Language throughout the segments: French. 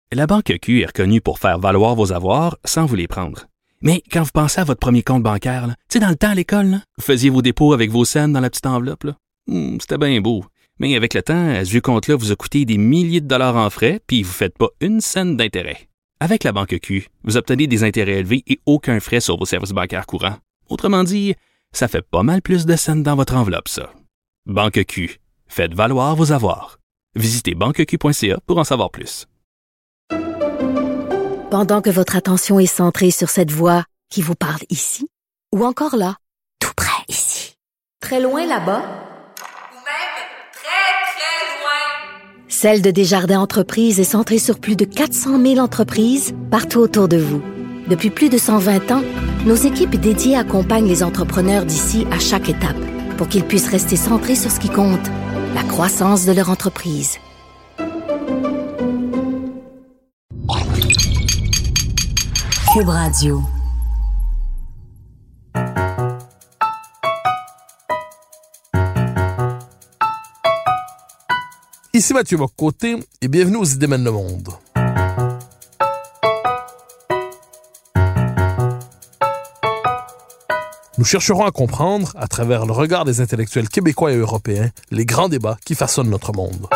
La Banque Q est reconnue pour faire valoir vos avoirs sans vous les prendre. Mais quand vous pensez à votre premier compte bancaire, tu sais, dans le temps à l'école, là, vous faisiez vos dépôts avec vos scènes dans la petite enveloppe. Là. C'était bien beau. Mais avec le temps, ce vieux compte-là vous a coûté des milliers de dollars en frais, puis vous ne faites pas une scène d'intérêt. Avec la Banque Q, vous obtenez des intérêts élevés et aucun frais sur vos services bancaires courants. Autrement dit, ça fait pas mal plus de scènes dans votre enveloppe, ça. Banque Q. Faites valoir vos avoirs. Visitez banqueq.ca pour en savoir plus. Pendant que votre attention est centrée sur cette voix qui vous parle ici, ou encore là, tout près ici, très loin là-bas, ou même très, très loin, Celle de Desjardins Entreprises est centrée sur plus de 400 000 entreprises partout autour de vous. Depuis plus de 120 ans, nos équipes dédiées accompagnent les entrepreneurs d'ici à chaque étape pour qu'ils puissent rester centrés sur ce qui compte, la croissance de leur entreprise. Cube Radio. Ici Mathieu Bock-Côté et bienvenue aux Idées mènent le monde. Nous chercherons à comprendre, à travers le regard des intellectuels québécois et européens, les grands débats qui façonnent notre monde.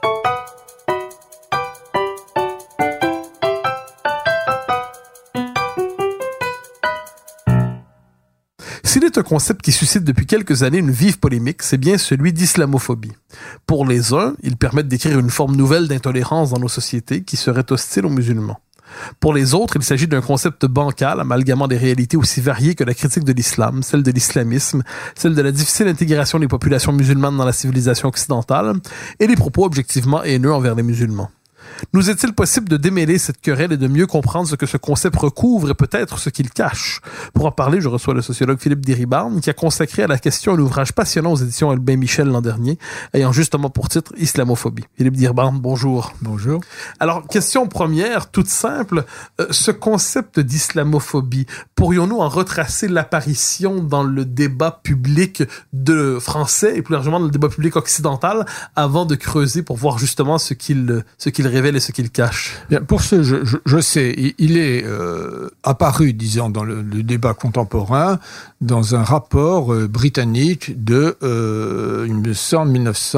S'il est un concept qui suscite depuis quelques années une vive polémique, c'est bien celui d'islamophobie. Pour les uns, il permet de décrire une forme nouvelle d'intolérance dans nos sociétés qui serait hostile aux musulmans. Pour les autres, il s'agit d'un concept bancal, amalgamant des réalités aussi variées que la critique de l'islam, celle de l'islamisme, celle de la difficile intégration des populations musulmanes dans la civilisation occidentale, et les propos objectivement haineux envers les musulmans. Nous est-il possible de démêler cette querelle et de mieux comprendre ce que ce concept recouvre et peut-être ce qu'il cache? Pour en parler, je reçois le sociologue Philippe Diribarne, qui a consacré à la question un ouvrage passionnant aux éditions Albin Michel l'an dernier, ayant justement pour titre Islamophobie. Philippe Diribarne, bonjour. Bonjour. Alors, question première, toute simple. Ce concept d'islamophobie, pourrions-nous en retracer l'apparition dans le débat public de français et plus largement dans le débat public occidental avant de creuser pour voir justement ce qu'il révèle et ce qu'il cache? Bien, pour ce, je sais, il est apparu, disons, dans le débat contemporain, dans un rapport britannique de, il me semble,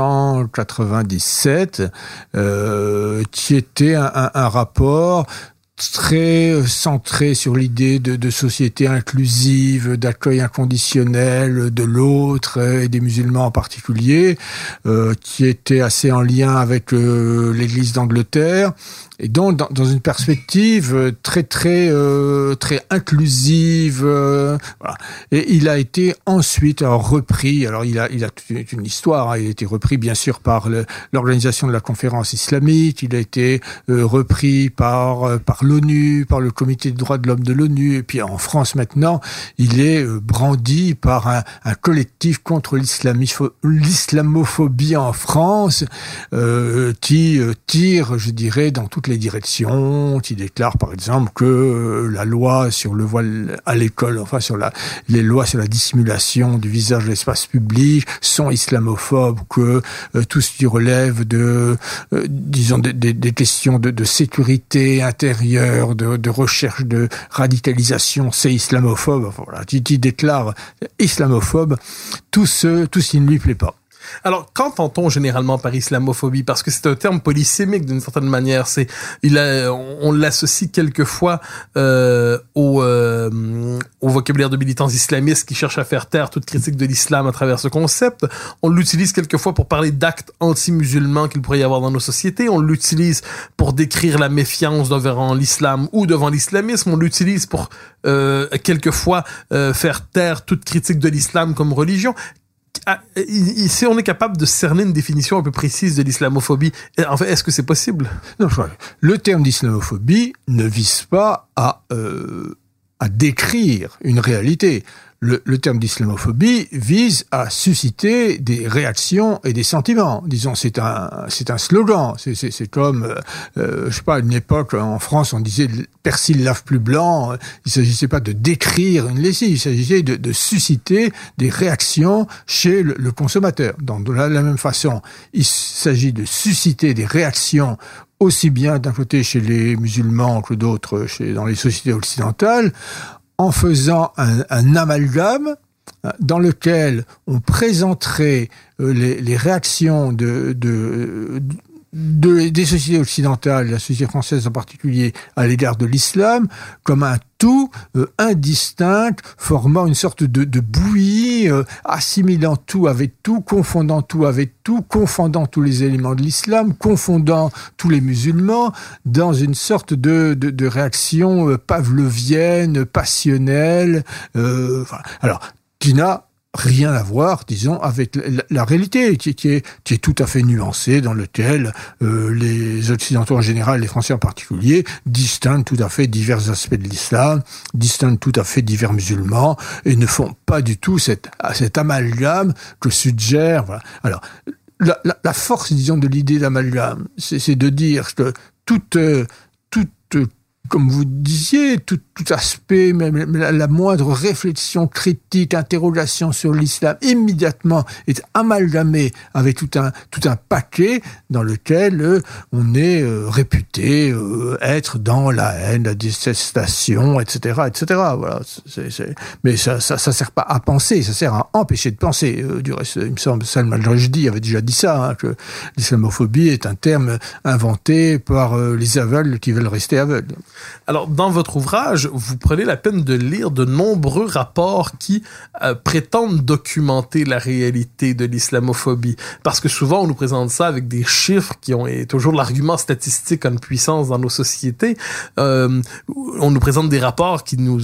1997, qui était un rapport très centré sur l'idée de société inclusive, d'accueil inconditionnel de l'autre et des musulmans en particulier, qui était assez en lien avec l'Église d'Angleterre. Et donc, dans une perspective très inclusive, voilà. Et il a été ensuite repris. Alors, il a toute une histoire. Hein. Il a été repris, bien sûr, par l'organisation de la conférence islamique. Il a été repris par l'ONU, par le Comité des droits de l'homme de l'ONU. Et puis, en France, maintenant, il est brandi par un collectif contre l'islamophobie en France, qui tire, je dirais, dans toutes les directions, qui déclare par exemple que la loi sur le voile à l'école, enfin sur les lois sur la dissimulation du visage de l'espace public sont islamophobes, que tout ce qui relève de, disons, des questions de sécurité intérieure, de recherche de radicalisation, c'est islamophobe. Enfin, voilà, qui déclare islamophobe tout ce qui ne lui plaît pas. Alors, qu'entend-on généralement par islamophobie? Parce que c'est un terme polysémique d'une certaine manière. On l'associe quelquefois au vocabulaire de militants islamistes qui cherchent à faire taire toute critique de l'islam à travers ce concept. On l'utilise quelquefois pour parler d'actes anti-musulmans qu'il pourrait y avoir dans nos sociétés. On l'utilise pour décrire la méfiance devant l'islam ou devant l'islamisme. On l'utilise pour quelquefois faire taire toute critique de l'islam comme religion. Si on est capable de cerner une définition un peu précise de l'islamophobie, en fait, est-ce que c'est possible? Non, le terme d'islamophobie ne vise pas à décrire une réalité. Le terme d'islamophobie vise à susciter des réactions et des sentiments. Disons, c'est un slogan. C'est comme, je sais pas, à une époque, en France, on disait « persil lave plus blanc ». Il s'agissait pas de décrire une lessive, il s'agissait de susciter des réactions chez le consommateur. Donc, de la même façon, il s'agit de susciter des réactions aussi bien d'un côté chez les musulmans que d'autres dans les sociétés occidentales, en faisant un amalgame dans lequel on présenterait les réactions des sociétés occidentales, la société française en particulier, à l'égard de l'islam, comme un tout indistinct, formant une sorte de bouillie, assimilant tout avec tout, confondant tout avec tout, confondant tous les éléments de l'islam, confondant tous les musulmans, dans une sorte de réaction pavlovienne, passionnelle, alors, qui n'a rien à voir, disons, avec la réalité, qui est tout à fait nuancée, dans lequel les Occidentaux en général, les Français en particulier, distinguent tout à fait divers aspects de l'islam, distinguent tout à fait divers musulmans, et ne font pas du tout cet amalgame que suggère... Voilà. Alors, la force, disons, de l'idée d'amalgame, c'est de dire que toute comme vous disiez, tout aspect, même la moindre réflexion critique, interrogation sur l'islam, immédiatement est amalgamé avec tout un paquet dans lequel on est réputé être dans la haine, la détestation, etc., etc. Voilà. Mais ça sert pas à penser, ça sert à empêcher de penser. Du reste, il me semble, Salman Rushdie avait déjà dit ça, que l'islamophobie est un terme inventé par les aveugles qui veulent rester aveugles. Alors, dans votre ouvrage, vous prenez la peine de lire de nombreux rapports qui prétendent documenter la réalité de l'islamophobie. Parce que souvent, on nous présente ça avec des chiffres qui ont toujours l'argument statistique en puissance dans nos sociétés. On nous présente des rapports qui nous...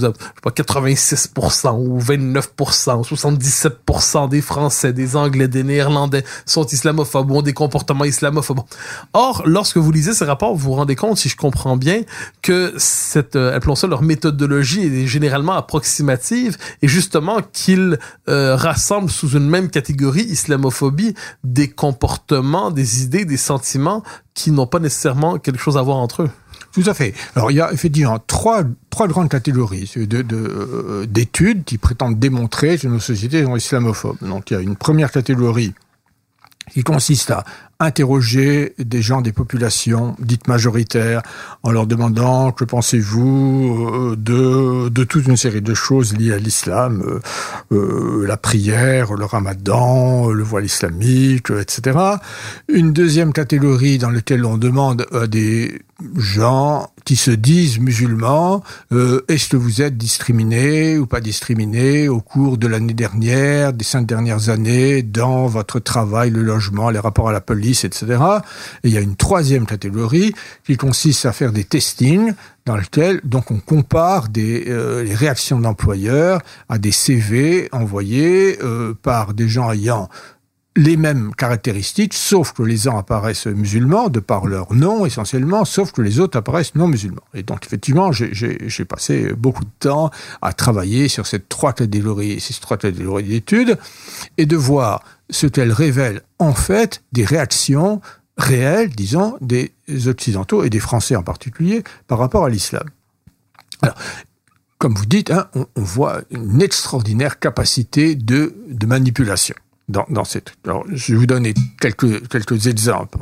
86% ou 29% ou 77% des Français, des Anglais, des Néerlandais sont islamophobes ou ont des comportements islamophobes. Or, lorsque vous lisez ces rapports, vous vous rendez compte, si je comprends bien, que appelons ça leur méthodologie est généralement approximative et justement qu'ils rassemblent sous une même catégorie islamophobie des comportements, des idées, des sentiments qui n'ont pas nécessairement quelque chose à voir entre eux. Tout à fait. Alors, il y a effectivement trois grandes catégories d'études qui prétendent démontrer que nos sociétés sont islamophobes. Donc, il y a une première catégorie qui consiste à interroger des gens des populations dites majoritaires en leur demandant que pensez-vous de toute une série de choses liées à l'islam, la prière, le ramadan, le voile islamique, etc. Une deuxième catégorie dans laquelle on demande à des gens qui se disent musulmans, est-ce que vous êtes discriminés ou pas discriminés au cours de l'année dernière, des 5 dernières années, dans votre travail, le logement, les rapports à la police, etc. Et il y a une troisième catégorie qui consiste à faire des testings dans lequel donc on compare les réactions d'employeurs à des CV envoyés par des gens ayant les mêmes caractéristiques, sauf que les uns apparaissent musulmans, de par leur nom essentiellement, sauf que les autres apparaissent non musulmans. Et donc effectivement, j'ai passé beaucoup de temps à travailler sur ces trois catégories d'études, et de voir ce qu'elles révèlent en fait des réactions réelles, disons, des Occidentaux et des Français en particulier, par rapport à l'islam. Alors, comme vous dites, on voit une extraordinaire capacité de manipulation. Dans cette... Alors, je vais vous donner quelques exemples.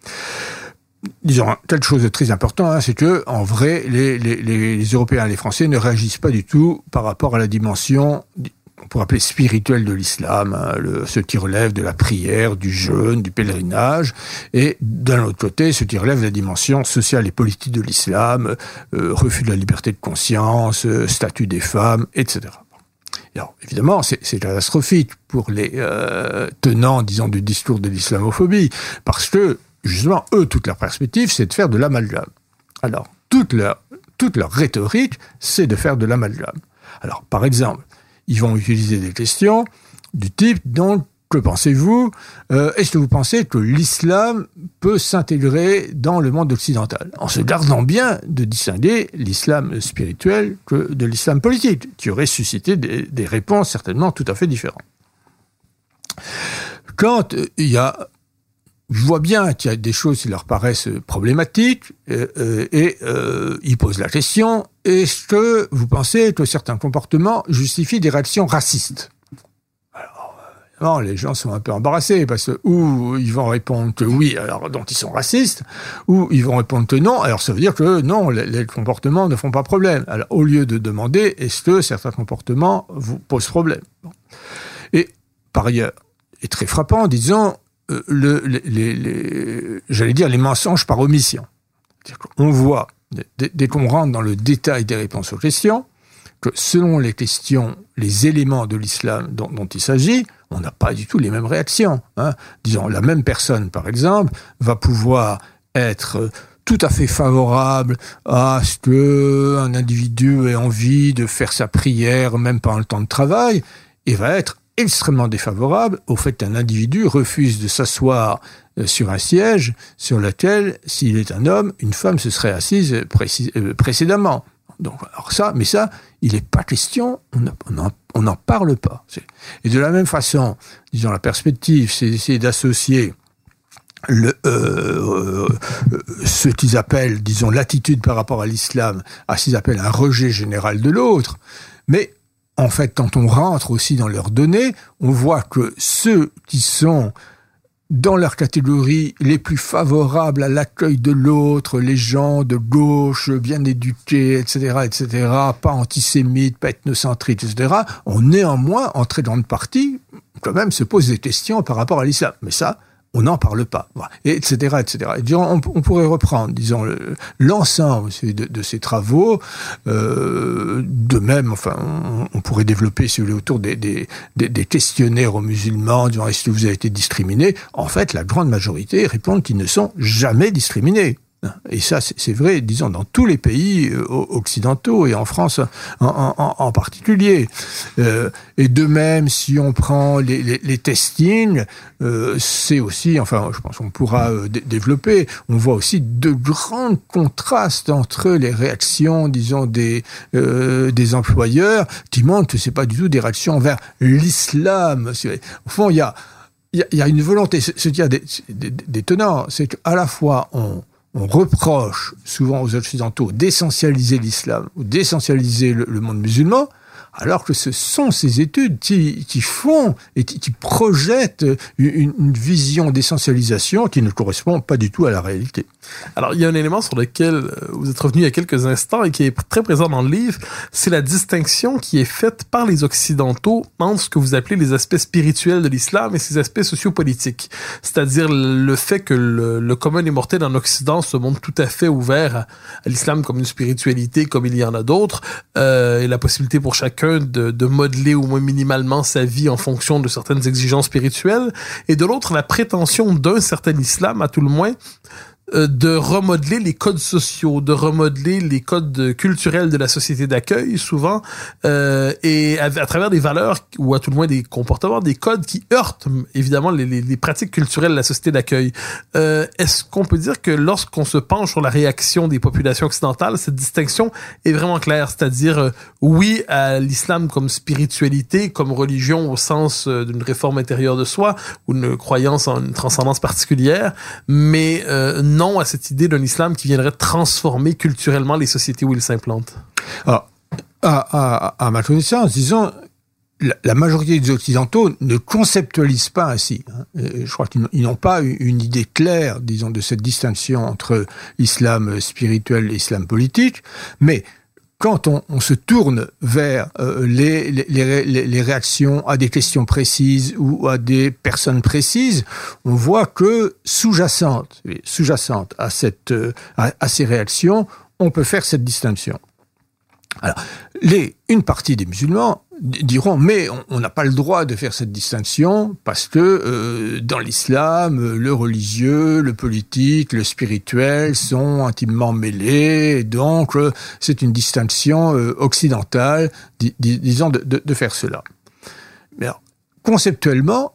Disons, quelque chose de très important, c'est que, en vrai, les Européens et les Français ne réagissent pas du tout par rapport à la dimension, on pourrait appeler spirituelle de l'islam, ce qui relève de la prière, du jeûne, du pèlerinage, et d'un autre côté, ce qui relève de la dimension sociale et politique de l'islam, refus de la liberté de conscience, statut des femmes, etc. Alors, évidemment, c'est catastrophique pour les tenants, disons, du discours de l'islamophobie, parce que, justement, eux, toute leur perspective, c'est de faire de l'amalgame. Alors, toute leur rhétorique, c'est de faire de l'amalgame. Alors, par exemple, ils vont utiliser des questions du type, donc, que pensez-vous ? Est-ce que vous pensez que l'islam peut s'intégrer dans le monde occidental ? En se gardant bien de distinguer l'islam spirituel que de l'islam politique, qui aurait suscité des réponses certainement tout à fait différentes. Quand je vois bien qu'il y a des choses qui leur paraissent problématiques, ils posent la question, est-ce que vous pensez que certains comportements justifient des réactions racistes ? évidemment, les gens sont un peu embarrassés parce que ou ils vont répondre que oui, alors donc ils sont racistes, ou ils vont répondre que non, alors ça veut dire que non, les comportements ne font pas problème. Alors au lieu de demander est-ce que certains comportements vous posent problème. Et par ailleurs, est très frappant, disons, j'allais dire les mensonges par omission. C'est-à-dire qu'on voit, dès qu'on rentre dans le détail des réponses aux questions, que selon les questions, les éléments de l'islam dont il s'agit, on n'a pas du tout les mêmes réactions. Disons, la même personne, par exemple, va pouvoir être tout à fait favorable à ce qu'un individu ait envie de faire sa prière, même pendant le temps de travail, et va être extrêmement défavorable au fait qu'un individu refuse de s'asseoir sur un siège sur lequel, s'il est un homme, une femme se serait assise précédemment. Donc, alors ça, mais ça, il n'est pas question, on n'en parle pas. Et de la même façon, disons, la perspective, c'est d'essayer d'associer ce qu'ils appellent, disons, l'attitude par rapport à l'islam à ce qu'ils appellent un rejet général de l'autre. Mais en fait, quand on rentre aussi dans leurs données, on voit que ceux qui sont dans leur catégorie les plus favorables à l'accueil de l'autre, les gens de gauche, bien éduqués, etc., pas antisémites, pas ethnocentriques, etc., ont néanmoins, en très grande partie, quand même, se posent des questions par rapport à l'islam. Mais ça, on n'en parle pas, etc., etc. Et disons, on pourrait reprendre, disons, l'ensemble de ces travaux. De même, enfin, on pourrait développer, si vous voulez, autour des questionnaires aux musulmans, disant est-ce que vous avez été discriminés. En fait, la grande majorité répondent qu'ils ne sont jamais discriminés. Et ça, c'est vrai, disons, dans tous les pays occidentaux et en France en particulier. Et de même, si on prend les testings, c'est aussi, enfin, je pense qu'on pourra développer, on voit aussi de grands contrastes entre les réactions, disons, des employeurs qui montrent que c'est pas du tout des réactions vers l'islam. Au fond, il y a une volonté, ce qu'il y a d'étonnant, c'est qu'à la fois on reproche souvent aux Occidentaux d'essentialiser l'islam ou d'essentialiser le monde musulman, alors que ce sont ces études qui font et qui projettent une vision d'essentialisation qui ne correspond pas du tout à la réalité. Alors, il y a un élément sur lequel vous êtes revenu il y a quelques instants et qui est très présent dans le livre, c'est la distinction qui est faite par les Occidentaux entre ce que vous appelez les aspects spirituels de l'islam et ses aspects sociopolitiques. C'est-à-dire le fait que le commun des mortels en Occident se montre tout à fait ouvert à l'islam comme une spiritualité, comme il y en a d'autres, et la possibilité pour chacun de modeler au moins minimalement sa vie en fonction de certaines exigences spirituelles, et de l'autre, la prétention d'un certain islam, à tout le moins, de remodeler les codes sociaux, de remodeler les codes culturels de la société d'accueil, souvent, et à travers des valeurs, ou à tout le moins des comportements, des codes qui heurtent, évidemment, les pratiques culturelles de la société d'accueil. Est-ce qu'on peut dire que lorsqu'on se penche sur la réaction des populations occidentales, cette distinction est vraiment claire? C'est-à-dire, oui à l'islam comme spiritualité, comme religion au sens d'une réforme intérieure de soi, ou une croyance en une transcendance particulière, mais non à cette idée d'un islam qui viendrait transformer culturellement les sociétés où il s'implante. Alors, à ma connaissance, disons, la majorité des Occidentaux ne conceptualisent pas ainsi. Je crois qu'ils n'ont pas une idée claire, disons, de cette distinction entre islam spirituel et islam politique, mais quand on se tourne vers les réactions à des questions précises ou à des personnes précises, on voit que sous-jacente à ces réactions, on peut faire cette distinction. Alors, une partie des musulmans diront, mais on n'a pas le droit de faire cette distinction parce que dans l'islam, le religieux, le politique, le spirituel sont intimement mêlés, et donc c'est une distinction occidentale, disons, de faire cela. Mais alors, conceptuellement,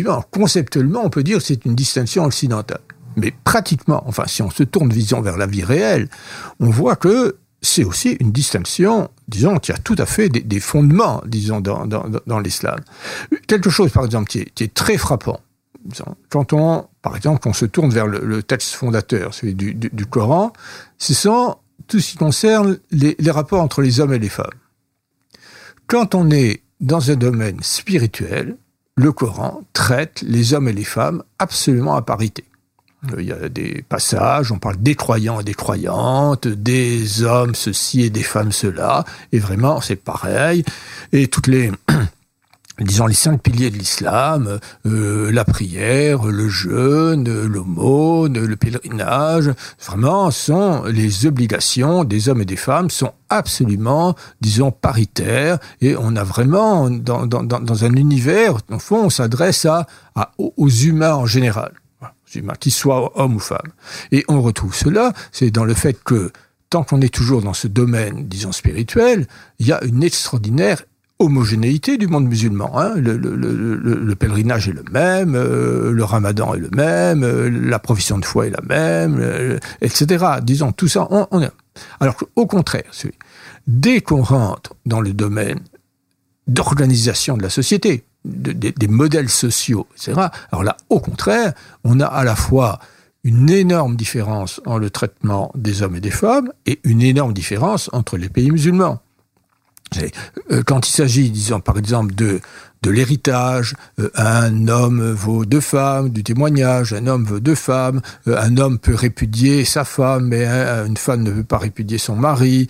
on peut dire que c'est une distinction occidentale. Mais pratiquement, enfin, si on se tourne, disons, vers la vie réelle, on voit que c'est aussi une distinction, disons, qui a tout à fait des fondements, disons, dans l'islam. Quelque chose, par exemple, qui est très frappant. Quand on se tourne vers le texte fondateur, celui du Coran, ce sont tout ce qui concerne les rapports entre les hommes et les femmes. Quand on est dans un domaine spirituel, le Coran traite les hommes et les femmes absolument à parité. Il y a des passages, on parle des croyants et des croyantes, des hommes ceci et des femmes cela, et vraiment c'est pareil. Et toutes les 5 piliers de l'islam, la prière, le jeûne, l'aumône, le pèlerinage, vraiment sont les obligations des hommes et des femmes sont absolument, paritaires, et on a vraiment, dans un univers, au fond, on s'adresse aux humains en général. Humains, qu'ils soient hommes ou femmes. Et on retrouve cela, c'est dans le fait que, tant qu'on est toujours dans ce domaine, spirituel, il y a une extraordinaire homogénéité du monde musulman. Le pèlerinage est le même, le ramadan est le même, la profession de foi est la même, etc. Tout ça, on a. Alors qu'au contraire, dès qu'on rentre dans le domaine d'organisation de la société, des modèles sociaux, etc. Alors là, au contraire, on a à la fois une énorme différence entre le traitement des hommes et des femmes et une énorme différence entre les pays musulmans. Quand il s'agit, par exemple, de l'héritage, un homme vaut 2 femmes, du témoignage, un homme vaut 2 femmes, un homme peut répudier sa femme, mais une femme ne peut pas répudier son mari,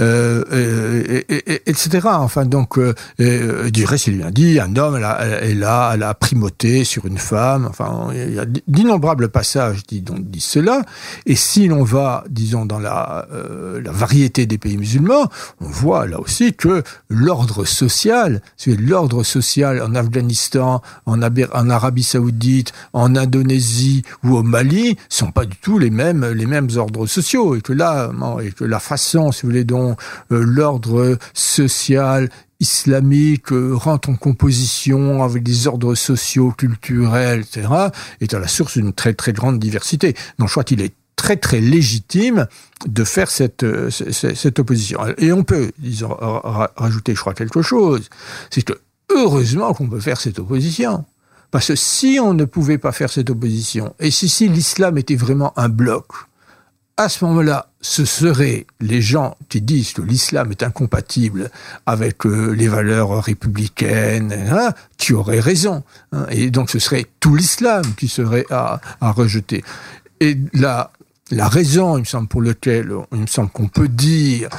etc. Enfin, donc, du reste, il bien dit, un homme, elle a la primauté sur une femme. Enfin, il y a d'innombrables passages qui disent cela. Et si l'on va, dans la variété des pays musulmans, on voit là aussi que l'ordre social en Afghanistan, en Arabie Saoudite, en Indonésie ou au Mali sont pas du tout les mêmes ordres sociaux, et que la façon, si vous voulez, dont l'ordre social islamique rentre en composition avec des ordres sociaux, culturels, etc., est à la source d'une très très grande diversité. Donc je crois qu'il est très très légitime de faire cette opposition. Et on peut, rajouter, je crois, quelque chose, c'est que heureusement qu'on peut faire cette opposition. Parce que si on ne pouvait pas faire cette opposition, et si l'islam était vraiment un bloc, à ce moment-là, ce seraient les gens qui disent que l'islam est incompatible avec les valeurs républicaines, qui auraient raison. Et donc ce serait tout l'islam qui serait à rejeter. Et la raison, il me semble, pour laquelle qu'on peut dire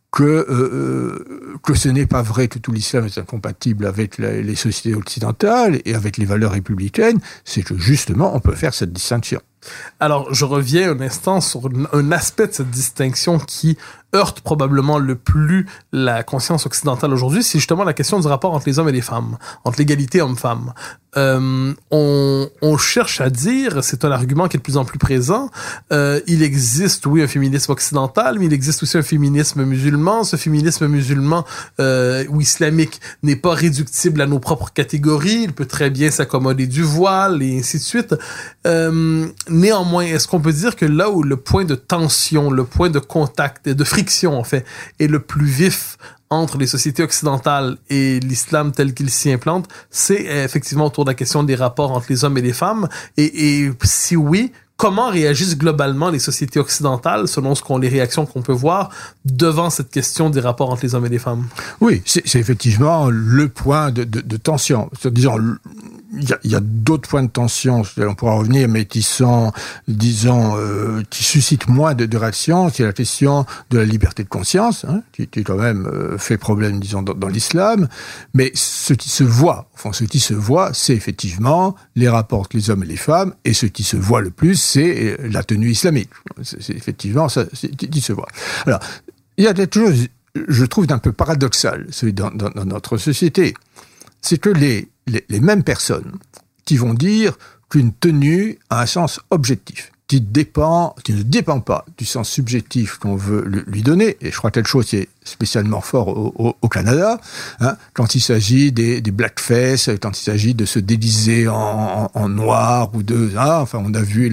que ce n'est pas vrai que tout l'islam est incompatible avec les sociétés occidentales et avec les valeurs républicaines, c'est que justement on peut faire cette distinction. Alors, je reviens un instant sur un aspect de cette distinction qui heurte probablement le plus la conscience occidentale aujourd'hui, c'est justement la question du rapport entre les hommes et les femmes, entre l'égalité homme-femme. On cherche à dire, c'est un argument qui est de plus en plus présent, il existe, oui, un féminisme occidental, mais il existe aussi un féminisme musulman. Ce féminisme musulman ou islamique n'est pas réductible à nos propres catégories, il peut très bien s'accommoder du voile, et ainsi de suite. Néanmoins, est-ce qu'on peut dire que là où le point de tension, le point de contact, de friction, en fait, est le plus vif entre les sociétés occidentales et l'islam tel qu'il s'y implante, c'est effectivement autour de la question des rapports entre les hommes et les femmes. Et si oui, comment réagissent globalement les sociétés occidentales, selon les réactions qu'on peut voir, devant cette question des rapports entre les hommes et les femmes? Oui, c'est effectivement le point de tension. Disons, il y a d'autres points de tension, on pourra revenir, mais qui sont, qui suscitent moins de réactions. C'est la question de la liberté de conscience, qui quand même fait problème, dans l'islam. Mais ce qui se voit, c'est effectivement les rapports entre les hommes et les femmes, et ce qui se voit le plus, c'est la tenue islamique. C'est effectivement ça qui se voit. Alors, il y a quelque chose, je trouve, d'un peu paradoxal, dans notre société. C'est que les mêmes personnes qui vont dire qu'une tenue a un sens objectif, qui ne dépend pas du sens subjectif qu'on veut lui donner, et je crois quelque chose qui est spécialement fort au Canada, quand il s'agit des blackface, quand il s'agit de se déguiser en noir ou on a vu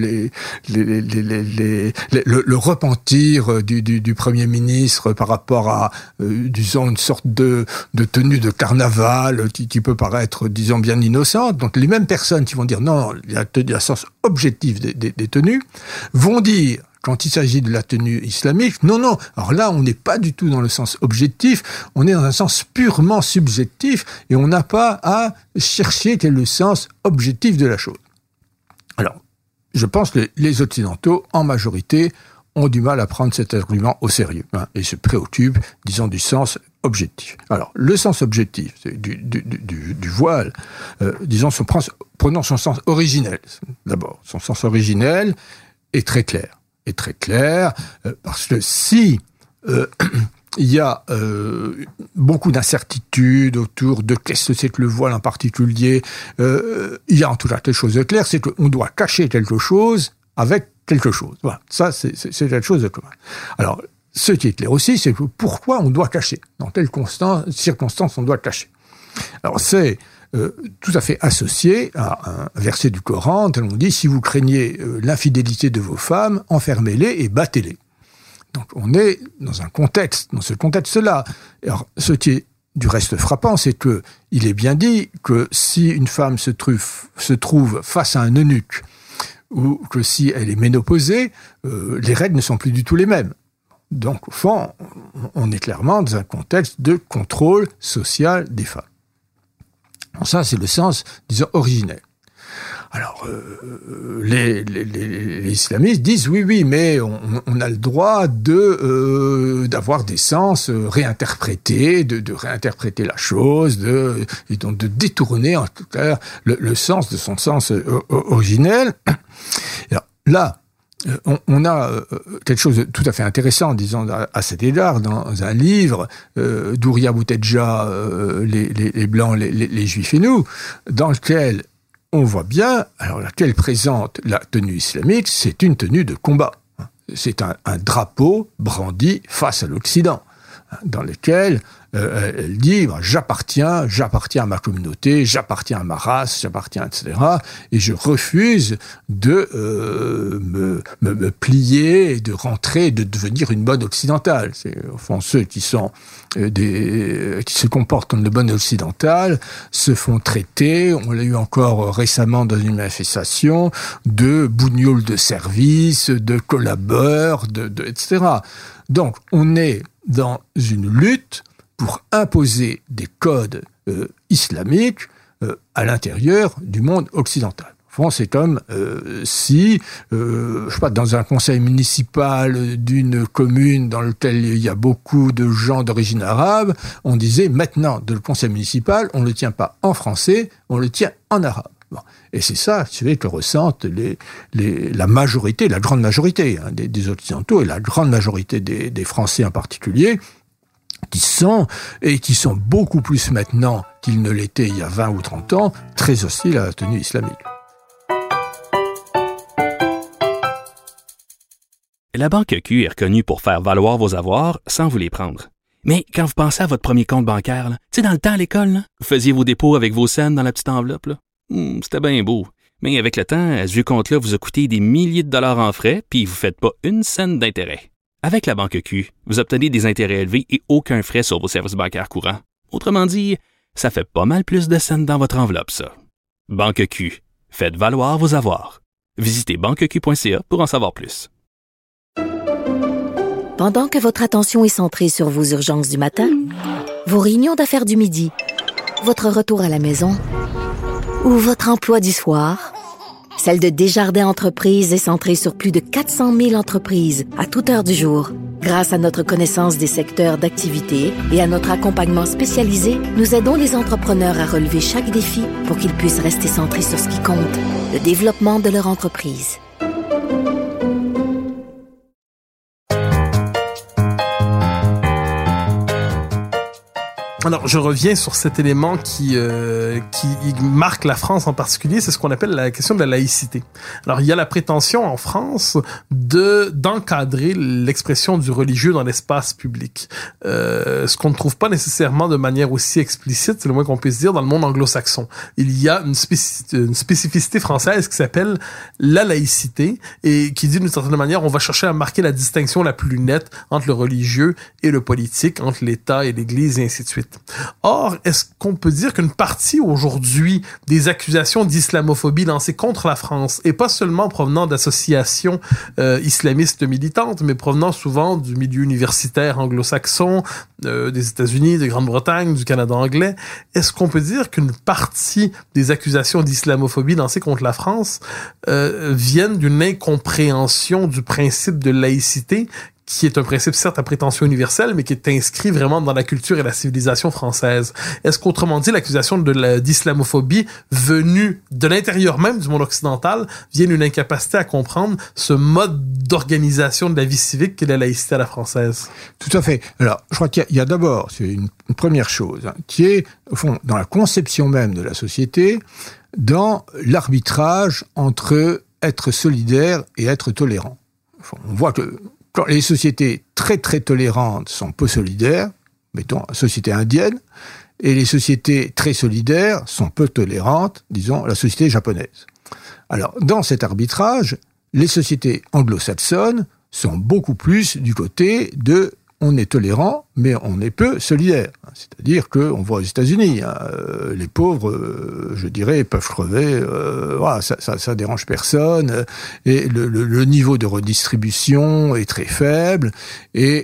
le repentir du Premier ministre par rapport à, une sorte de tenue de carnaval qui peut paraître, bien innocente. Donc les mêmes personnes qui vont dire non, il y a un sens objectif des tenues, vont dire quand il s'agit de la tenue islamique, non. Alors là, on n'est pas du tout dans le sens objectif, on est dans un sens purement subjectif, et on n'a pas à chercher quel est le sens objectif de la chose. Alors, je pense que les Occidentaux, en majorité, ont du mal à prendre cet argument au sérieux, et se préoccupent, disons, du sens objectif. Alors, le sens objectif du voile, disons, prenons son sens originel. D'abord, son sens originel est très clair. Parce que si il y a beaucoup d'incertitudes autour de qu'est-ce que c'est que le voile en particulier, il y a en tout cas quelque chose de clair, c'est qu'on doit cacher quelque chose avec quelque chose. Voilà, ça c'est quelque chose de commun. Alors, ce qui est clair aussi, c'est que pourquoi on doit cacher, dans quelles circonstances on doit cacher. Alors c'est tout à fait associé à un verset du Coran, où on dit « Si vous craignez l'infidélité de vos femmes, enfermez-les et battez-les ». Donc on est dans ce contexte-là. Alors, ce qui est du reste frappant, c'est que il est bien dit que si une femme se trouve face à un eunuque, ou que si elle est ménopausée, les règles ne sont plus du tout les mêmes. Donc, au fond, on est clairement dans un contexte de contrôle social des femmes. Donc ça, c'est le sens, disons, originel. Alors, les islamistes disent oui, mais on a le droit d'avoir des sens réinterprétés, de réinterpréter la chose, et donc de détourner en tout cas le sens de son sens originel. Alors, là, on a quelque chose de tout à fait intéressant, disons, à cet égard, dans un livre d'Ouria Boutedja, les Blancs, les Juifs et nous, dans lequel on voit bien, alors laquelle présente la tenue islamique, c'est une tenue de combat. C'est un drapeau brandi face à l'Occident, dans lequel elle dit j'appartiens à ma communauté, j'appartiens à ma race, j'appartiens, etc. Et je refuse de me plier, et de rentrer, de devenir une bonne occidentale. C'est au fond ceux qui sont qui se comportent comme de bonnes occidentales se font traiter. On l'a eu encore récemment dans une manifestation de bougnoules de service, de collabeurs, etc. Donc on est dans une lutte pour imposer des codes islamiques à l'intérieur du monde occidental. Au fond, c'est comme si, je sais pas, dans un conseil municipal d'une commune dans lequel il y a beaucoup de gens d'origine arabe, on disait maintenant, le conseil municipal, on ne le tient pas en français, on le tient en arabe. Bon. Et c'est ça, que ressentent la majorité, la grande majorité des Occidentaux et la grande majorité des Français en particulier, qui sont beaucoup plus maintenant qu'ils ne l'étaient il y a 20 ou 30 ans, très hostiles à la tenue islamique. La Banque Q est reconnue pour faire valoir vos avoirs sans vous les prendre. Mais quand vous pensez à votre premier compte bancaire, tu sais, dans le temps à l'école, vous faisiez vos dépôts avec vos scènes dans la petite enveloppe. C'était bien beau. Mais avec le temps, ce vieux compte-là vous a coûté des milliers de dollars en frais, puis vous ne faites pas une scène d'intérêt. Avec la Banque Q, vous obtenez des intérêts élevés et aucun frais sur vos services bancaires courants. Autrement dit, ça fait pas mal plus de scènes dans votre enveloppe, ça. Banque Q, faites valoir vos avoirs. Visitez banqueq.ca pour en savoir plus. Pendant que votre attention est centrée sur vos urgences du matin, vos réunions d'affaires du midi, votre retour à la maison ou votre emploi du soir, celle de Desjardins Entreprises est centrée sur plus de 400 000 entreprises à toute heure du jour. Grâce à notre connaissance des secteurs d'activité et à notre accompagnement spécialisé, nous aidons les entrepreneurs à relever chaque défi pour qu'ils puissent rester centrés sur ce qui compte, le développement de leur entreprise. Alors, je reviens sur cet élément qui marque la France en particulier, c'est ce qu'on appelle la question de la laïcité. Alors, il y a la prétention en France d'encadrer l'expression du religieux dans l'espace public. Ce qu'on ne trouve pas nécessairement de manière aussi explicite, c'est le moins qu'on puisse dire, dans le monde anglo-saxon. Il y a une spécificité française qui s'appelle la laïcité et qui dit d'une certaine manière, on va chercher à marquer la distinction la plus nette entre le religieux et le politique, entre l'État et l'Église et ainsi de suite. antisémites. Or, est-ce qu'on peut dire qu'une partie aujourd'hui des accusations d'islamophobie lancées contre la France, et pas seulement provenant d'associations islamistes militantes, mais provenant souvent du milieu universitaire anglo-saxon, des États-Unis, de Grande-Bretagne, du Canada anglais, est-ce qu'on peut dire qu'une partie des accusations d'islamophobie lancées contre la France viennent d'une incompréhension du principe de laïcité, qui est un principe certes à prétention universelle, mais qui est inscrit vraiment dans la culture et la civilisation française? Est-ce qu'autrement dit, l'accusation d'islamophobie venue de l'intérieur même du monde occidental vient d'une incapacité à comprendre ce mode d'organisation de la vie civique qu'est la laïcité à la française? Tout à fait. Alors, je crois qu'il y a d'abord une première chose, qui est, au fond, dans la conception même de la société, dans l'arbitrage entre être solidaire et être tolérant. Enfin, on voit que quand les sociétés très très tolérantes sont peu solidaires, mettons la société indienne, et les sociétés très solidaires sont peu tolérantes, disons la société japonaise. Alors, dans cet arbitrage, les sociétés anglo-saxonnes sont beaucoup plus du côté de on est tolérant, mais on est peu solidaire. C'est-à-dire qu'on voit aux États-Unis, les pauvres, je dirais, peuvent crever, voilà, ça dérange personne, et le niveau de redistribution est très faible, et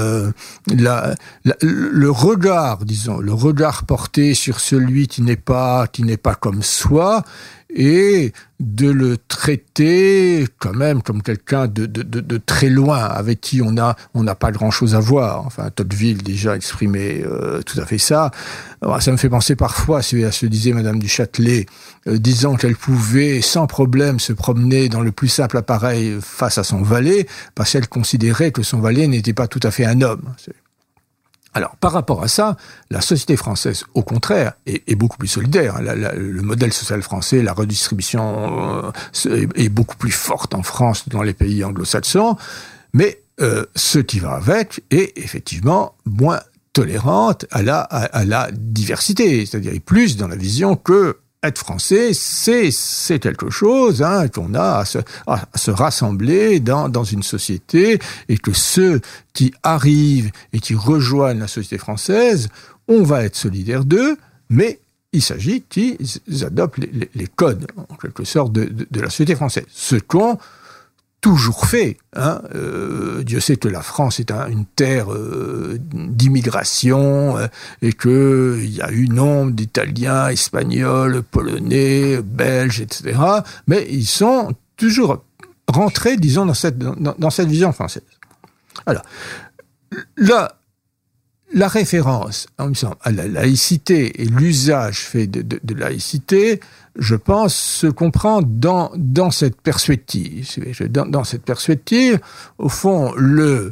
le regard, disons, le regard porté sur celui qui n'est pas comme soi, et de le traiter quand même comme quelqu'un de très loin, avec qui on n'a pas grand-chose à voir. Enfin, Tocqueville déjà exprimait tout à fait ça. Alors, ça me fait penser parfois à ce que disait Madame du Châtelet, disant qu'elle pouvait sans problème se promener dans le plus simple appareil face à son valet, parce qu'elle considérait que son valet n'était pas tout à fait un homme. Alors, par rapport à ça, la société française, au contraire, est beaucoup plus solidaire. Le modèle social français, la redistribution est beaucoup plus forte en France que dans les pays anglo-saxons, mais ce qui va avec est effectivement moins tolérante à la diversité, c'est-à-dire plus dans la vision que être français, c'est quelque chose qu'on a à se rassembler dans une société, et que ceux qui arrivent et qui rejoignent la société française, on va être solidaire d'eux, mais il s'agit qu'ils adoptent les codes, en quelque sorte, de la société française. Ce qu'on toujours fait. Dieu sait que la France est une terre d'immigration, et qu'il y a eu nombre d'Italiens, Espagnols, Polonais, Belges, etc. Mais ils sont toujours rentrés, disons, dans cette vision française. Alors, la référence, il me semble, à la laïcité et l'usage fait de laïcité, je pense, se comprend dans cette perspective. Dans cette perspective, au fond, le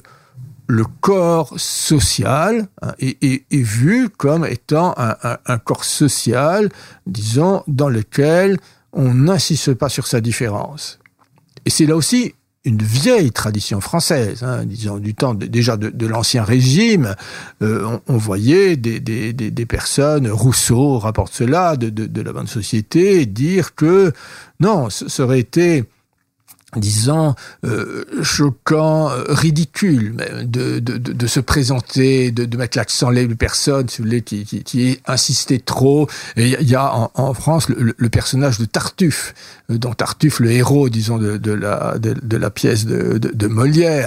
corps social est vu comme étant un corps social, disons, dans lequel on n'insiste pas sur sa différence. Et c'est là aussi une vieille tradition française, disons du temps déjà de l'Ancien Régime. On voyait des personnes, Rousseau rapporte cela, de la bonne société, dire que non, ça aurait été, disons, choquant, ridicule, de se présenter, de mettre l'accent les personnes, si vous voulez, qui insistaient trop. Et il y a en France le personnage de Tartuffe, dont Tartuffe, le héros, disons, de la pièce de Molière,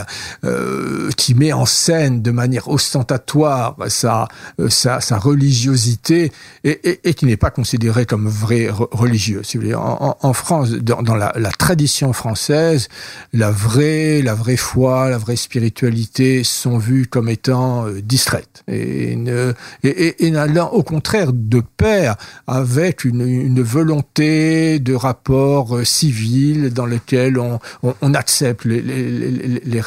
qui met en scène de manière ostentatoire sa religiosité, et qui n'est pas considéré comme vrai religieux, si vous voulez. En France, dans la tradition française, la vraie foi, la vraie spiritualité sont vues comme étant distraites, et allant au contraire de pair avec une volonté de rapport civil dans lequel on accepte les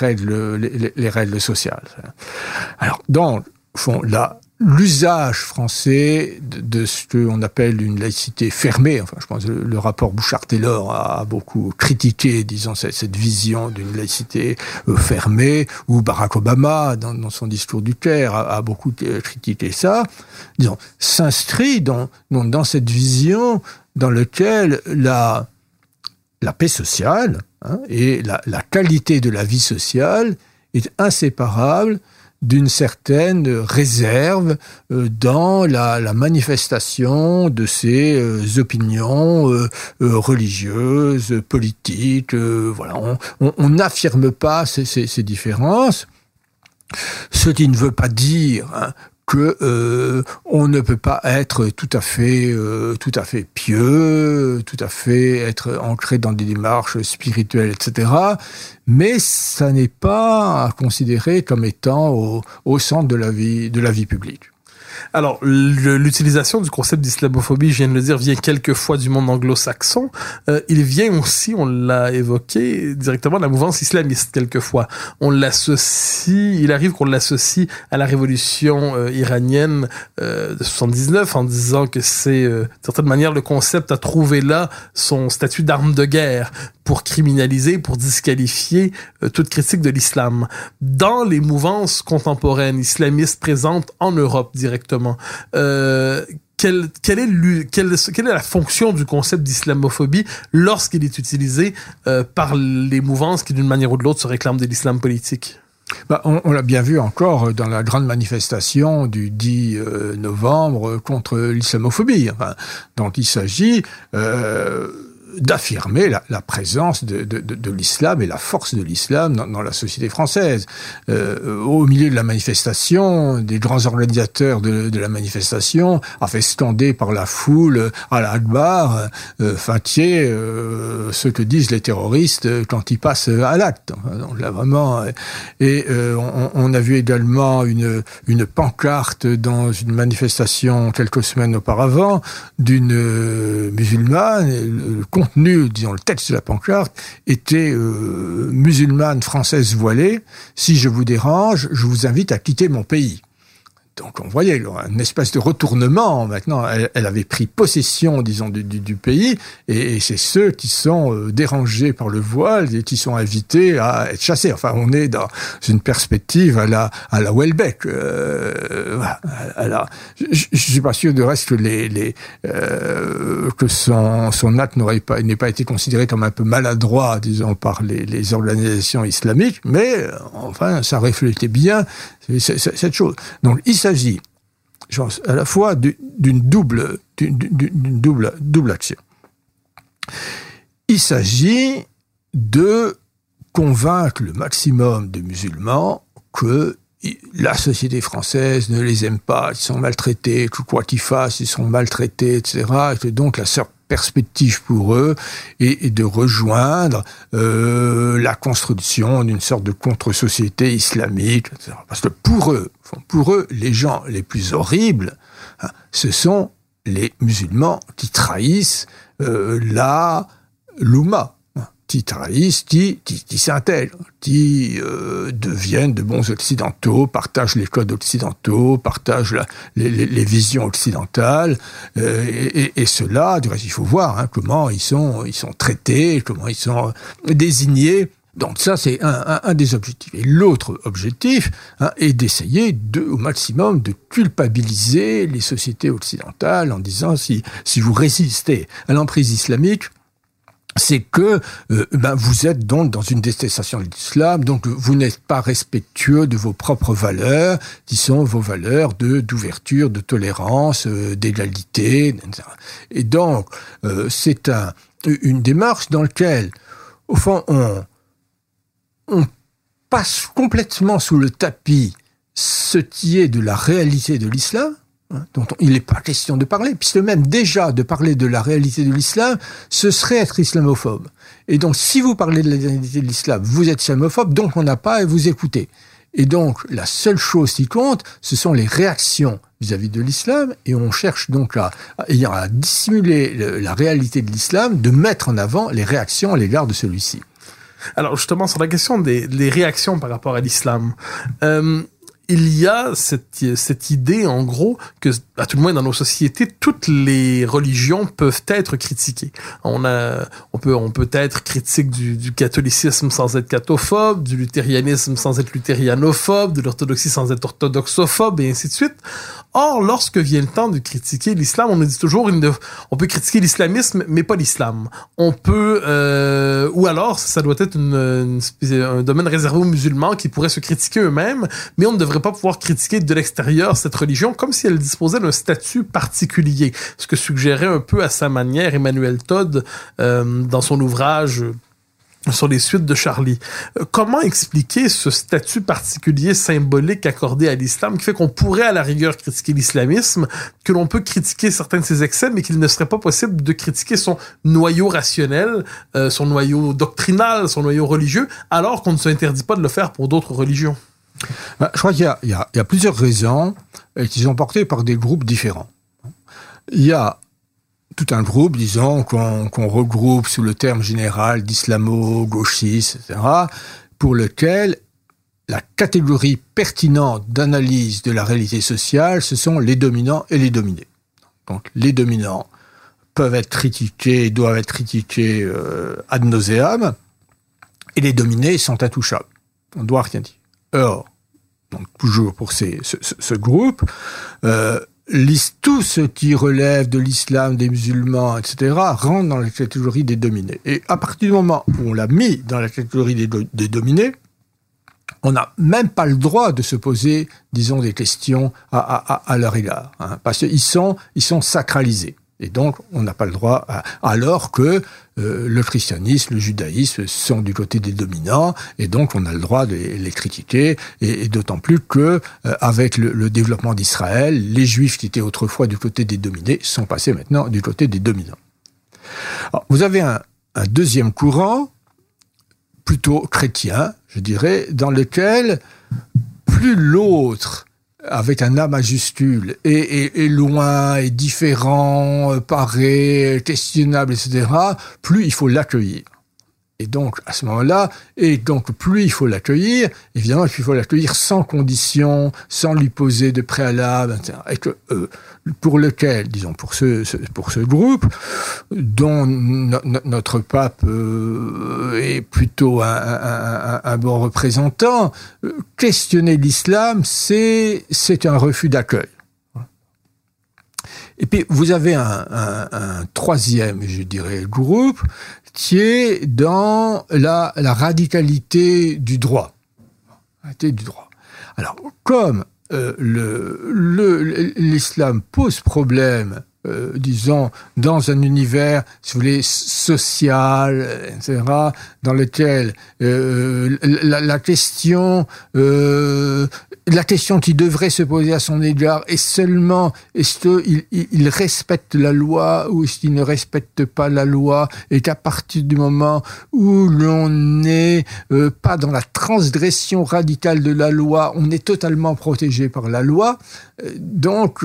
règles sociales. Alors, dans au fond, l'usage français de ce qu'on appelle une laïcité fermée, enfin, je pense que le rapport Bouchard-Taylor a beaucoup critiqué, disons, cette vision d'une laïcité fermée, ou Barack Obama, dans son discours du Caire, a beaucoup critiqué ça, disons, s'inscrit dans cette vision dans laquelle la paix sociale et la qualité de la vie sociale est inséparable d'une certaine réserve dans la manifestation de ses opinions religieuses, politiques. Voilà, on n'affirme pas ces différences, ce qui ne veut pas dire que on ne peut pas être tout à fait pieux, tout à fait être ancré dans des démarches spirituelles, etc. Mais ça n'est pas à considérer comme étant au centre de la vie publique. Alors, l'utilisation du concept d'islamophobie, je viens de le dire, vient quelquefois du monde anglo-saxon. Il vient aussi, on l'a évoqué, directement de la mouvance islamiste, quelquefois. Il arrive qu'on l'associe à la révolution iranienne de 79, en disant que c'est, d'une certaine manière, le concept a trouvé là son statut d'arme de guerre pour criminaliser, pour disqualifier toute critique de l'islam. Dans les mouvances contemporaines islamistes présentes en Europe directement, quelle est la fonction du concept d'islamophobie lorsqu'il est utilisé par les mouvances qui, d'une manière ou de l'autre, se réclament de l'islam politique? On l'a bien vu encore dans la grande manifestation du 10 novembre contre l'islamophobie. Donc il s'agit d'affirmer la présence de l'islam et la force de l'islam dans la société française. Au milieu de la manifestation, des grands organisateurs de la manifestation a fait scander par la foule Allah Akbar, ce que disent les terroristes quand ils passent à l'acte. Donc là vraiment, et on a vu également une pancarte dans une manifestation quelques semaines auparavant d'une musulmane. Le contenu, disons le texte de la pancarte, était musulmane française voilée. Si je vous dérange, je vous invite à quitter mon pays. Donc on voyait une espèce de retournement. Maintenant, elle avait pris possession, disons, du pays, et c'est ceux qui sont dérangés par le voile et qui sont invités à être chassés. Enfin, on est dans une perspective à la Houellebecq. Je suis pas sûr de reste que son acte n'ait pas été considéré comme un peu maladroit, disons, par les organisations islamiques, mais enfin, ça reflétait bien cette chose. Donc, il s'agit, je pense, à la fois d'une double action. Il s'agit de convaincre le maximum de musulmans que la société française ne les aime pas, ils sont maltraités, que quoi qu'ils fassent, ils sont maltraités, etc. Et que donc la seule perspective pour eux est de rejoindre la construction d'une sorte de contre-société islamique, etc. Parce que pour eux, les gens les plus horribles, ce sont les musulmans qui trahissent l'Oumma, qui trahissent, qui s'intègrent, qui deviennent de bons occidentaux, partagent les codes occidentaux, partagent les visions occidentales, et cela, du reste, il faut voir comment ils sont traités, comment ils sont désignés. Donc ça, c'est un des objectifs. Et l'autre objectif est d'essayer au maximum de culpabiliser les sociétés occidentales en disant si vous résistez à l'emprise islamique, c'est que vous êtes donc dans une détestation de l'islam, donc vous n'êtes pas respectueux de vos propres valeurs, qui sont vos valeurs d'ouverture, de tolérance, d'égalité, etc. Et donc, c'est une démarche dans laquelle, au fond, on passe complètement sous le tapis ce qui est de la réalité de l'islam, dont il n'est pas question de parler, puisque même déjà de parler de la réalité de l'islam, ce serait être islamophobe. Et donc, si vous parlez de la réalité de l'islam, vous êtes islamophobe, donc on n'a pas à vous écouter. Et donc, la seule chose qui compte, ce sont les réactions vis-à-vis de l'islam, et on cherche donc ayant à dissimuler la réalité de l'islam, de mettre en avant les réactions à l'égard de celui-ci. Alors, justement, sur la question des réactions par rapport à l'islam, il y a cette idée, en gros, que, à tout le moins dans nos sociétés, toutes les religions peuvent être critiquées. On peut être critique du catholicisme sans être cathophobe, du luthérianisme sans être luthérianophobe, de l'orthodoxie sans être orthodoxophobe, et ainsi de suite. Or, lorsque vient le temps de critiquer l'islam, on nous dit toujours, on peut critiquer l'islamisme, mais pas l'islam. On peut, ou alors, ça doit être un domaine réservé aux musulmans qui pourraient se critiquer eux-mêmes, mais on ne devrait devrait pas pouvoir critiquer de l'extérieur cette religion comme si elle disposait d'un statut particulier. Ce que suggérait un peu à sa manière Emmanuel Todd dans son ouvrage sur les suites de Charlie. Comment expliquer ce statut particulier symbolique accordé à l'islam qui fait qu'on pourrait à la rigueur critiquer l'islamisme, que l'on peut critiquer certains de ses excès, mais qu'il ne serait pas possible de critiquer son noyau rationnel, son noyau doctrinal, son noyau religieux, alors qu'on ne s'interdit pas de le faire pour d'autres religions? Je crois qu'il y a plusieurs raisons qui sont portées par des groupes différents. Il y a tout un groupe, disons, qu'on regroupe sous le terme général d'islamo-gauchistes, etc., pour lequel la catégorie pertinente d'analyse de la réalité sociale, ce sont les dominants et les dominés. Donc, les dominants peuvent être critiqués, doivent être critiqués ad nauseam, et les dominés sont intouchables. On ne doit rien dire. Or, donc toujours pour ce groupe, tout ce qui relève de l'islam, des musulmans, etc., rentre dans la catégorie des dominés. Et à partir du moment où on l'a mis dans la catégorie des dominés, on n'a même pas le droit de se poser, disons, des questions à leur égard, hein, parce qu'ils sont sacralisés. Et donc, on n'a pas le droit, alors que le christianisme, le judaïsme sont du côté des dominants, et donc on a le droit de les critiquer, et d'autant plus que, avec le développement d'Israël, les Juifs qui étaient autrefois du côté des dominés sont passés maintenant du côté des dominants. Alors, vous avez un deuxième courant, plutôt chrétien, je dirais, dans lequel plus l'autre avec un A majuscule, et loin, et différent, paré, questionnable, etc., plus il faut l'accueillir. Et donc, à ce moment-là, plus il faut l'accueillir, évidemment, il faut l'accueillir sans condition, sans lui poser de préalable, etc. Et que, pour lequel, disons, pour ce groupe, dont notre pape est plutôt un bon représentant, questionner l'islam, c'est un refus d'accueil. Et puis, vous avez un troisième, je dirais, groupe, qui est dans la radicalité du droit. Alors, comme l'islam pose problème, disons, dans un univers, si vous voulez, social, etc., dans lequel la question qui devrait se poser à son égard est seulement est-ce qu'il respecte la loi ou est-ce qu'il ne respecte pas la loi, et qu'à partir du moment où l'on n'est pas dans la transgression radicale de la loi, on est totalement protégé par la loi. Donc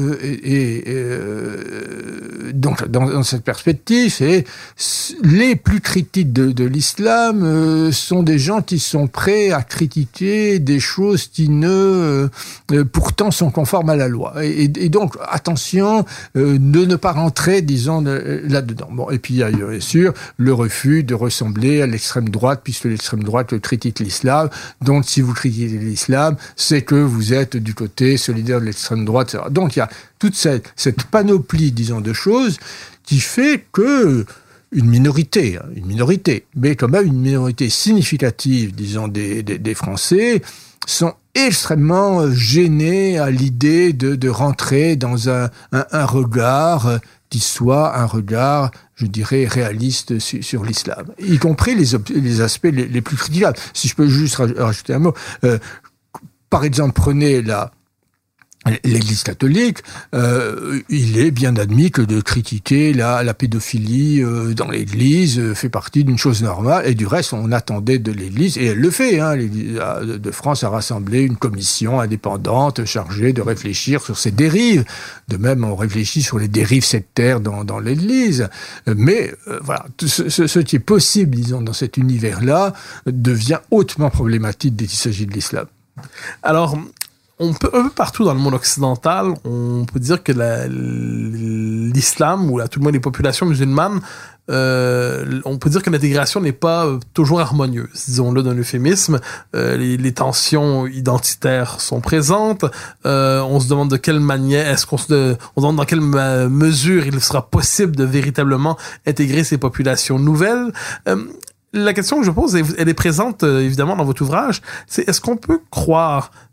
dans cette perspective, les plus critiques de l'islam sont des gens qui sont prêts à critiquer des choses qui pourtant sont conformes à la loi. Et donc, attention de ne pas rentrer, disons, là-dedans. Bon, et puis il y a bien sûr le refus de ressembler à l'extrême droite, puisque l'extrême droite critique l'islam. Donc, si vous critiquez l'islam, c'est que vous êtes du côté solidaire de l'extrême droite, etc. Donc, il y a toute cette panoplie, disons, de choses qui fait que une minorité, mais quand même une minorité significative, disons, des Français sont extrêmement gênés à l'idée de rentrer dans un regard qui soit un regard, je dirais, réaliste sur l'islam, y compris les aspects les plus critiquables. Si je peux juste rajouter un mot, par exemple, prenez l'Église catholique, il est bien admis que de critiquer la pédophilie dans l'Église fait partie d'une chose normale, et du reste, on attendait de l'Église, et elle le fait, hein, l'Église de France a rassemblé une commission indépendante chargée de réfléchir sur ces dérives. De même, on réfléchit sur les dérives sectaires dans l'Église. Mais voilà, ce qui est possible, disons, dans cet univers-là, devient hautement problématique dès qu'il s'agit de l'islam. Alors, un peu partout dans le monde occidental, on peut dire que l'islam, ou à tout le moins les populations musulmanes, on peut dire que l'intégration n'est pas toujours harmonieuse, disons-le d'un euphémisme. Les tensions identitaires sont présentes. On se demande de quelle manière, on se demande dans quelle mesure il sera possible de véritablement intégrer ces populations nouvelles. La question que je pose, elle est présente évidemment dans votre ouvrage, c'est est-ce qu'on peut croire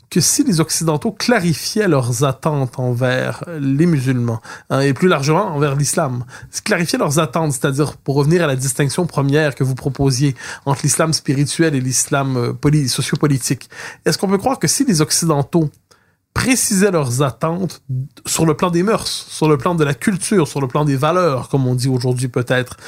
que si les Occidentaux clarifiaient leurs attentes envers les musulmans, et plus largement envers l'islam, clarifiaient leurs attentes, c'est-à-dire pour revenir à la distinction première que vous proposiez entre l'islam spirituel et l'islam sociopolitique, est-ce qu'on peut croire que si les Occidentaux précisaient leurs attentes sur le plan des mœurs, sur le plan de la culture, sur le plan des valeurs, comme on dit aujourd'hui peut-être,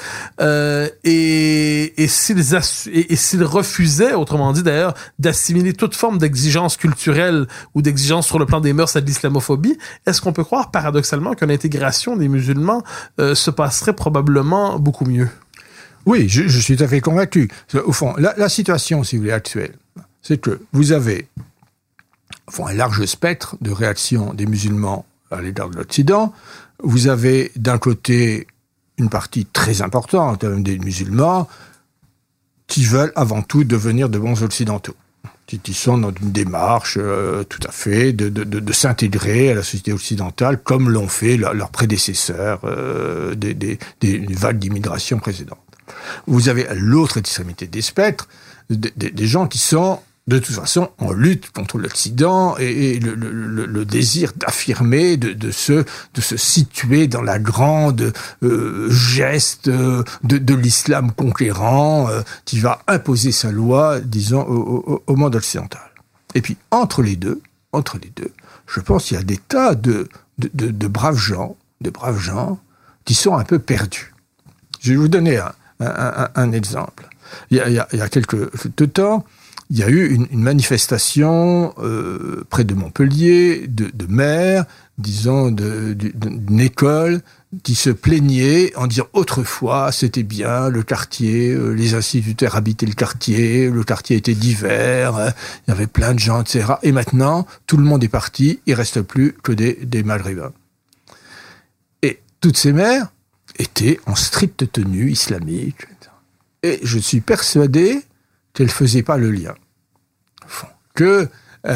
et s'ils refusaient, autrement dit d'ailleurs, d'assimiler toute forme d'exigence culturelle ou d'exigence sur le plan des mœurs à de l'islamophobie, est-ce qu'on peut croire paradoxalement qu'une intégration des musulmans se passerait probablement beaucoup mieux? Oui, je suis tout à fait convaincu. Au fond, la situation, si vous voulez, actuelle, c'est que vous avez un large spectre de réactions des musulmans à l'égard de l'Occident. Vous avez d'un côté une partie très importante des musulmans qui veulent avant tout devenir de bons occidentaux, qui sont dans une démarche tout à fait de s'intégrer à la société occidentale comme l'ont fait leurs prédécesseurs des vagues d'immigration précédentes. Vous avez à l'autre extrémité des spectres des gens qui sont de toute façon en lutte contre l'Occident et le désir d'affirmer, de se situer dans la grande geste de l'islam conquérant qui va imposer sa loi, disons, au monde occidental. Et puis entre les deux, je pense qu'il y a des tas de braves gens qui sont un peu perdus. Je vais vous donner un exemple. Il y a quelques temps, il y a eu une manifestation près de Montpellier de maires, disons d'une école, qui se plaignaient en disant autrefois c'était bien le quartier, les instituteurs habitaient le quartier était divers, il y avait plein de gens, etc. Et maintenant tout le monde est parti, il reste plus que des maghrébins. Et toutes ces mères étaient en stricte tenue islamique. Et je suis persuadé qu'elle ne faisait pas le lien. Qu'elle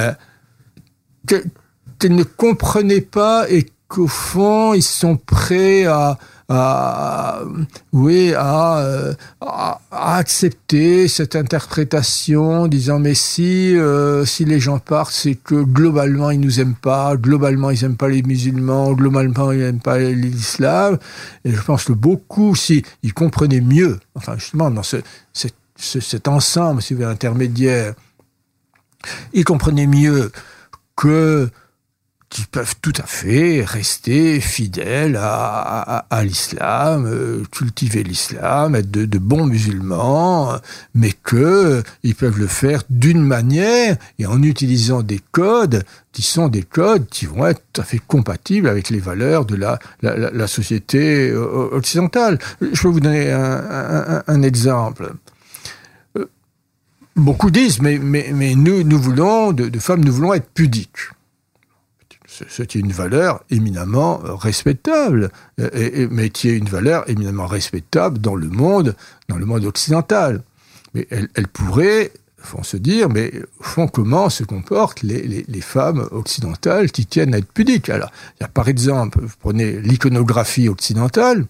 ne comprenait pas et qu'au fond, ils sont prêts à accepter cette interprétation, disant mais si les gens partent, c'est que globalement ils nous aiment pas, globalement ils aiment pas les musulmans, globalement ils aiment pas l'islam. Et je pense que beaucoup, si ils comprenaient mieux, enfin justement dans cet ensemble, si vous voulez, intermédiaire, ils comprenaient mieux qu'ils peuvent tout à fait rester fidèles à l'islam, cultiver l'islam, être de bons musulmans, mais qu'ils peuvent le faire d'une manière et en utilisant des codes qui vont être tout à fait compatibles avec les valeurs de la société occidentale. Je peux vous donner un exemple. Beaucoup disent, mais nous voulons, de femmes, nous voulons être pudiques. C'est une valeur éminemment respectable, mais qui est une valeur éminemment respectable dans le monde occidental. Mais elle pourrait, se dire, mais au fond, comment se comportent les femmes occidentales qui tiennent à être pudiques? Alors, il y a par exemple, vous prenez l'iconographie occidentale,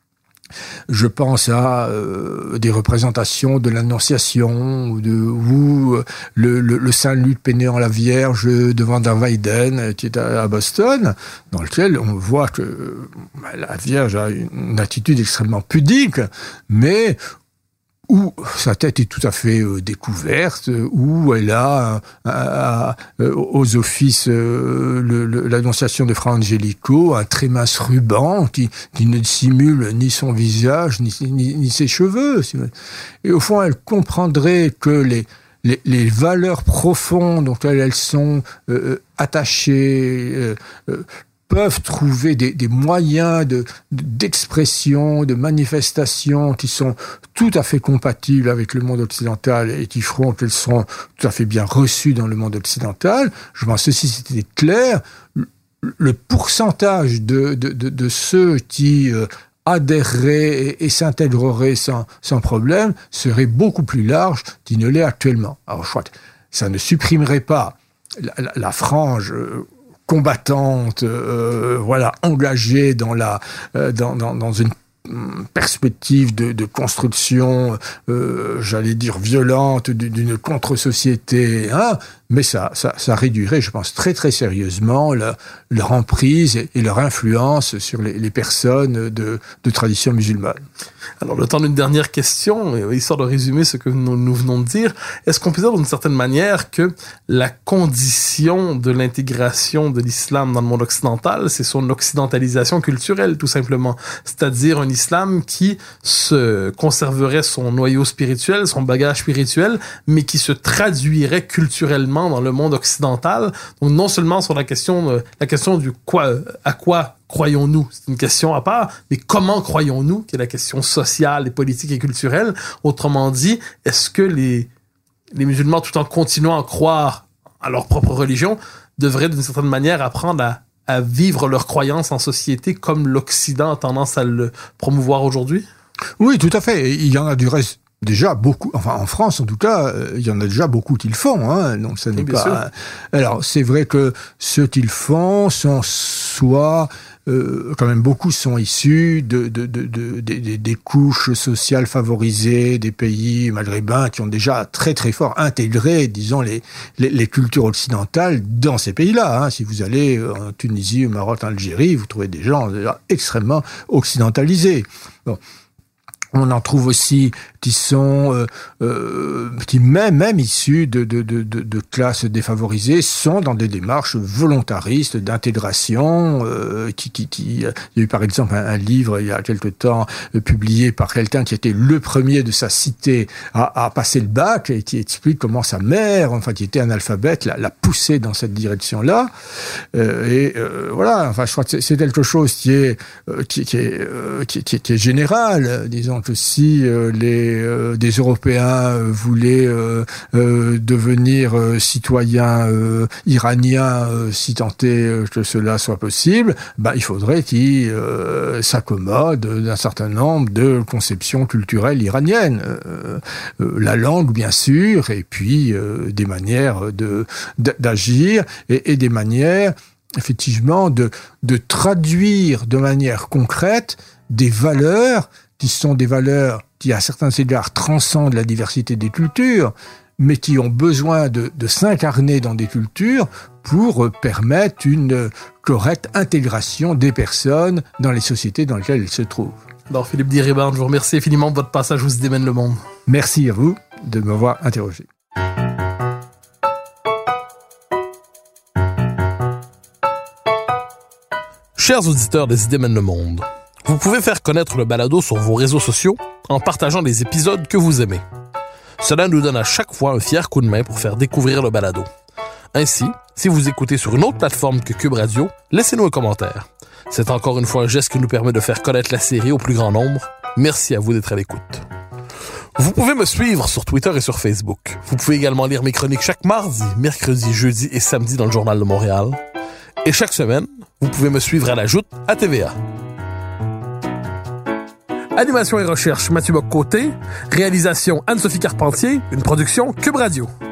je pense à des représentations de l'Annonciation ou le Saint-Luc peignant la Vierge devant Van Weyden qui est à Boston, dans lequel on voit que la Vierge a une attitude extrêmement pudique, mais où sa tête est tout à fait découverte, où elle a aux offices l'Annonciation de Fra Angelico, un très mince ruban qui ne simule ni son visage ni ses cheveux. Et au fond, elle comprendrait que les valeurs profondes auxquelles elles sont attachées peuvent trouver des moyens d'expression, de manifestation qui sont tout à fait compatibles avec le monde occidental et qui feront qu'elles seront tout à fait bien reçues dans le monde occidental. Je pense que si c'était clair, le pourcentage de ceux qui adhéreraient et s'intégreraient sans problème serait beaucoup plus large qu'il ne l'est actuellement. Alors je crois que ça ne supprimerait pas la frange combattante, engagée dans une perspective de construction, j'allais dire violente, d'une contre-société, mais ça réduirait, je pense, très très sérieusement leur emprise et leur influence sur les personnes de tradition musulmane. Alors, le temps d'une dernière question, histoire de résumer ce que nous venons de dire. Est-ce qu'on peut dire d'une certaine manière que la condition de l'intégration de l'islam dans le monde occidental, c'est son occidentalisation culturelle, tout simplement? C'est-à-dire un islam qui se conserverait son noyau spirituel, son bagage spirituel, mais qui se traduirait culturellement dans le monde occidental. Donc, non seulement sur la question du à quoi croyons-nous? C'est une question à part, mais comment croyons-nous? Qui est la question sociale et politique et culturelle. Autrement dit, est-ce que les musulmans, tout en continuant à croire à leur propre religion, devraient d'une certaine manière apprendre à vivre leur croyance en société comme l'Occident a tendance à le promouvoir aujourd'hui? Oui, tout à fait. Il y en a du reste déjà beaucoup, enfin en France en tout cas, il y en a déjà beaucoup qui le font, hein, donc ça n'est pas... Sûr. Alors c'est vrai que ceux qui le font sont soit... quand même beaucoup sont issus des couches sociales favorisées des pays maghrébins qui ont déjà très très fort intégré, disons, les cultures occidentales dans ces pays-là. Hein. Si vous allez en Tunisie, au Maroc, en Algérie, vous trouvez des gens déjà extrêmement occidentalisés. Bon. On en trouve aussi qui sont qui même issus de classes défavorisées sont dans des démarches volontaristes d'intégration. Il y a eu par exemple un livre il y a quelque temps publié par quelqu'un qui était le premier de sa cité à passer le bac et qui explique comment sa mère, enfin qui était analphabète, l'a poussé dans cette direction-là. Voilà. Enfin, je crois que c'est quelque chose qui est général, disons. Que si des Européens voulaient devenir citoyens iraniens, si tant est que cela soit possible, il faudrait qu'ils s'accommodent d'un certain nombre de conceptions culturelles iraniennes. La langue, bien sûr, et puis des manières d'agir et des manières, effectivement, de traduire de manière concrète des valeurs qui sont des valeurs qui, à certains égards, transcendent la diversité des cultures, mais qui ont besoin de s'incarner dans des cultures pour permettre une correcte intégration des personnes dans les sociétés dans lesquelles elles se trouvent. Alors, Philippe Diribarne, je vous remercie infiniment de votre passage où se démène le monde. Merci à vous de m'avoir interrogé. Chers auditeurs des Idées mènent le monde, vous pouvez faire connaître le balado sur vos réseaux sociaux en partageant les épisodes que vous aimez. Cela nous donne à chaque fois un fier coup de main pour faire découvrir le balado. Ainsi, si vous écoutez sur une autre plateforme que Cube Radio, laissez-nous un commentaire. C'est encore une fois un geste qui nous permet de faire connaître la série au plus grand nombre. Merci à vous d'être à l'écoute. Vous pouvez me suivre sur Twitter et sur Facebook. Vous pouvez également lire mes chroniques chaque mardi, mercredi, jeudi et samedi dans le Journal de Montréal. Et chaque semaine, vous pouvez me suivre à la Joute à TVA. Animation et recherche, Mathieu Bock-Côté. Réalisation, Anne-Sophie Carpentier. Une production Cube Radio.